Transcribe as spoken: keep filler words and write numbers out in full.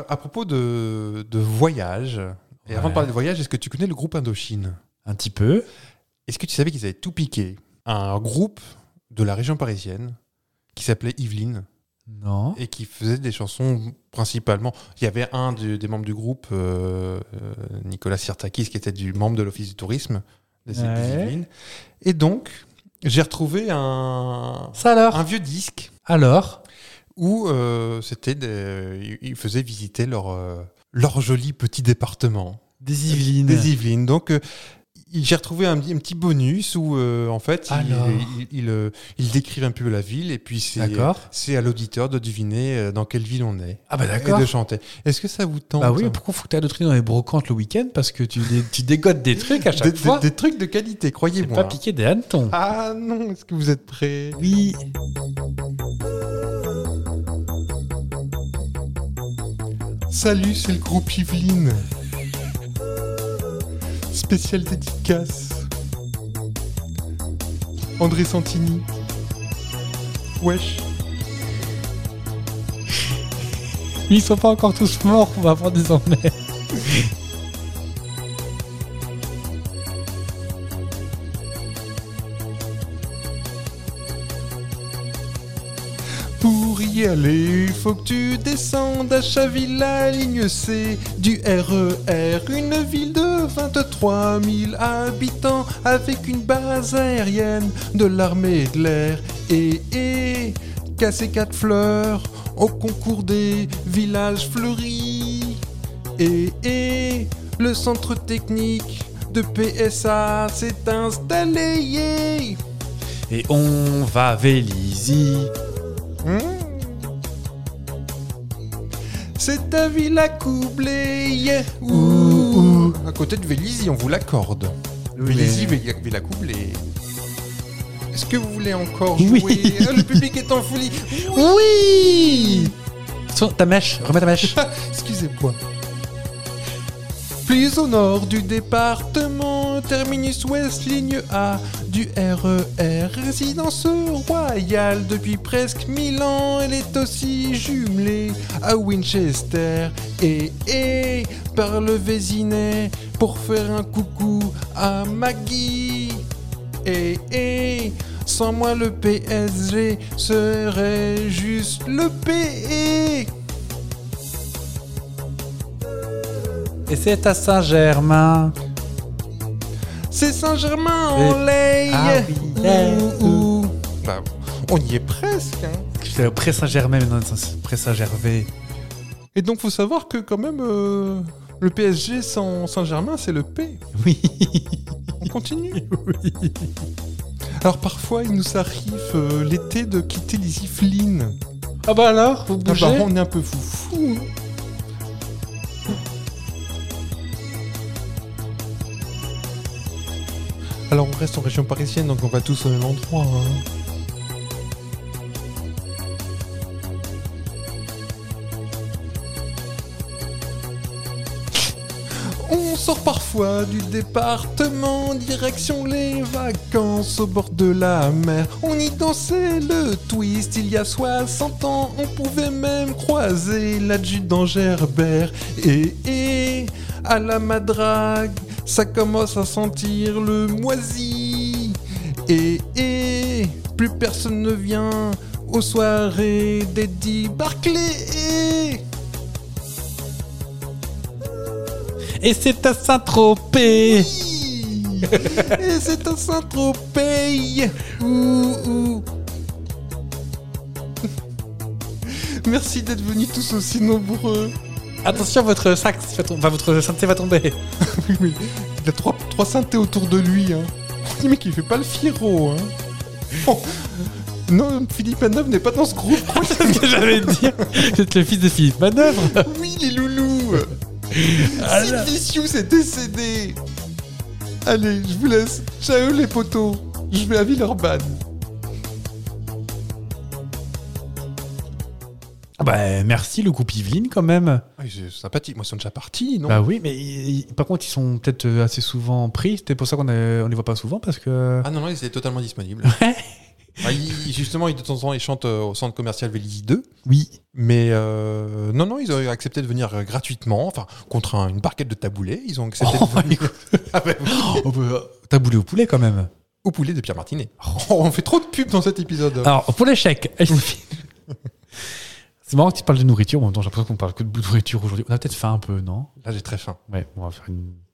à propos de, de voyage, et Ouais. avant de parler de voyage, est-ce que tu connais le groupe Indochine ? Un petit peu. Est-ce que tu savais qu'ils avaient tout piqué à un groupe de la région parisienne qui s'appelait Yveline Non. et qui faisait des chansons principalement. Il y avait un du- des membres du groupe, euh, euh, Nicolas Sirtakis, qui était du membre de l'Office du tourisme des, Ouais. des Yvelines. Et donc, j'ai retrouvé un, Ça alors un vieux disque Alors où euh, c'était des, ils faisaient visiter leur, euh, leur joli petit département Des Yvelines. des Yvelines. Donc, euh, il- j'ai retrouvé un, un petit bonus où, euh, en fait, il, Alors il, il, euh, il décrivent un peu la ville et puis c'est, D'accord. c'est à l'auditeur de deviner euh, dans quelle ville on est Ah bah et d'accord. de chanter. Est-ce que ça vous tente Bah oui, ça pourquoi faut que tu aies le truc dans les brocantes le week-end? Parce que tu, dé- tu dégotes des trucs à chaque des, fois. des, des trucs de qualité, C'est croyez-moi. pas piquer des hannetons. Ah non, est-ce que vous êtes prêts ? Oui. Salut, c'est le groupe Yveline. Spécial dédicace. André Santini. Wesh. Ils sont pas encore tous morts, on va prendre des emmerdes. Pour y aller, faut que tu descendes à Chaville, la ligne C du R E R. Une ville de vingt-trois mille habitants avec une base aérienne de l'armée de l'air. Et, et, casser quatre fleurs au concours des villages fleuris. Et, et, le centre technique de P S A s'est installé. Yeah. Et on va à Vélizy. Mmh. C'est ta ville à coubler, yeah. Ouh, ouh. À côté de Vélizy, on vous l'accorde. Vélizy, mais- Véli- Villa Coublé. Est-ce que vous voulez encore Oui. jouer Ah, le public est en folie. Oui. Sur ta mèche, remets ta mèche. Excusez-moi. Plus au nord du département, terminus ouest, ligne A du R E R. Résidence royale depuis presque mille ans, elle est aussi jumelée à Winchester. Et, et par le Vésinet pour faire un coucou à Maggie. Et, et sans moi le P S G serait juste le P. Et c'est à Saint-Germain. C'est Saint-Germain-en-Laye. Ah oui, Ouh, ouh. Bah, on y est presque. Hein. C'est près Saint-Germain, mais non, c'est près Saint-Gervais. Et donc, faut savoir que quand même, euh, le P S G sans Saint-Germain, c'est le P. Oui. On continue. Oui. Alors parfois, il nous arrive euh, l'été de quitter les Yvelines. Ah bah alors, vous Ah bougez bah, on est un peu foufou. hein. Alors on reste en région parisienne, donc on va tous au même endroit. hein. On sort parfois du département, direction les vacances au bord de la mer. On y dansait le twist il y a soixante ans, on pouvait même croiser l'adjudant Gerbert. Et, et à la madrague, ça commence à sentir le moisi. Et, et plus personne ne vient aux soirées d'Eddie Barclay. Et c'est à Saint-Tropez. Oui. Et c'est un Saint-Tropez. Ouh, ouh. Merci d'être venus tous aussi nombreux. Attention, votre sac, va tom- enfin, votre synthé va tomber. Oui, mais il a trois, trois synthés autour de lui. Hein. Le mec, il fait pas le fiero. Hein. Oh. Non, Philippe Manœuvre n'est pas dans ce groupe. C'est ce que j'allais dire. C'est le fils de Philippe Manœuvre. Oui, les loulous. Ah Sid là. Vicious est décédé. Allez, je vous laisse. Ciao les potos. Je vais à Villeurbanne. Ah bah, merci le groupe Yveline quand même. Ah, c'est sympathique. Moi, ils sont déjà partis, non Bah oui, mais ils- ils- par contre, ils sont peut-être euh, assez souvent pris. C'était pour ça qu'on a- on les voit pas souvent parce que. Ah non, non, ils étaient totalement disponibles. Ouais. Ah, il- justement, ils, de temps en temps, ils chantent euh, au centre commercial Vélizy deux. Oui. Mais euh, non, non, ils ont accepté de venir euh, gratuitement, enfin, contre un- une barquette de taboulé. Ils ont accepté Oh, de venir Ah bah oui. Oh, bah, t'as boulé au poulet quand même. au poulet de Pierre Martinet. Oh, on fait trop de pubs dans cet épisode. Alors, pour l'échec. C'est marrant que tu parles de nourriture. En même temps, j'ai l'impression qu'on parle que de nourriture aujourd'hui. On a peut-être faim un peu, non? Là, j'ai très faim. Ouais, on va faire une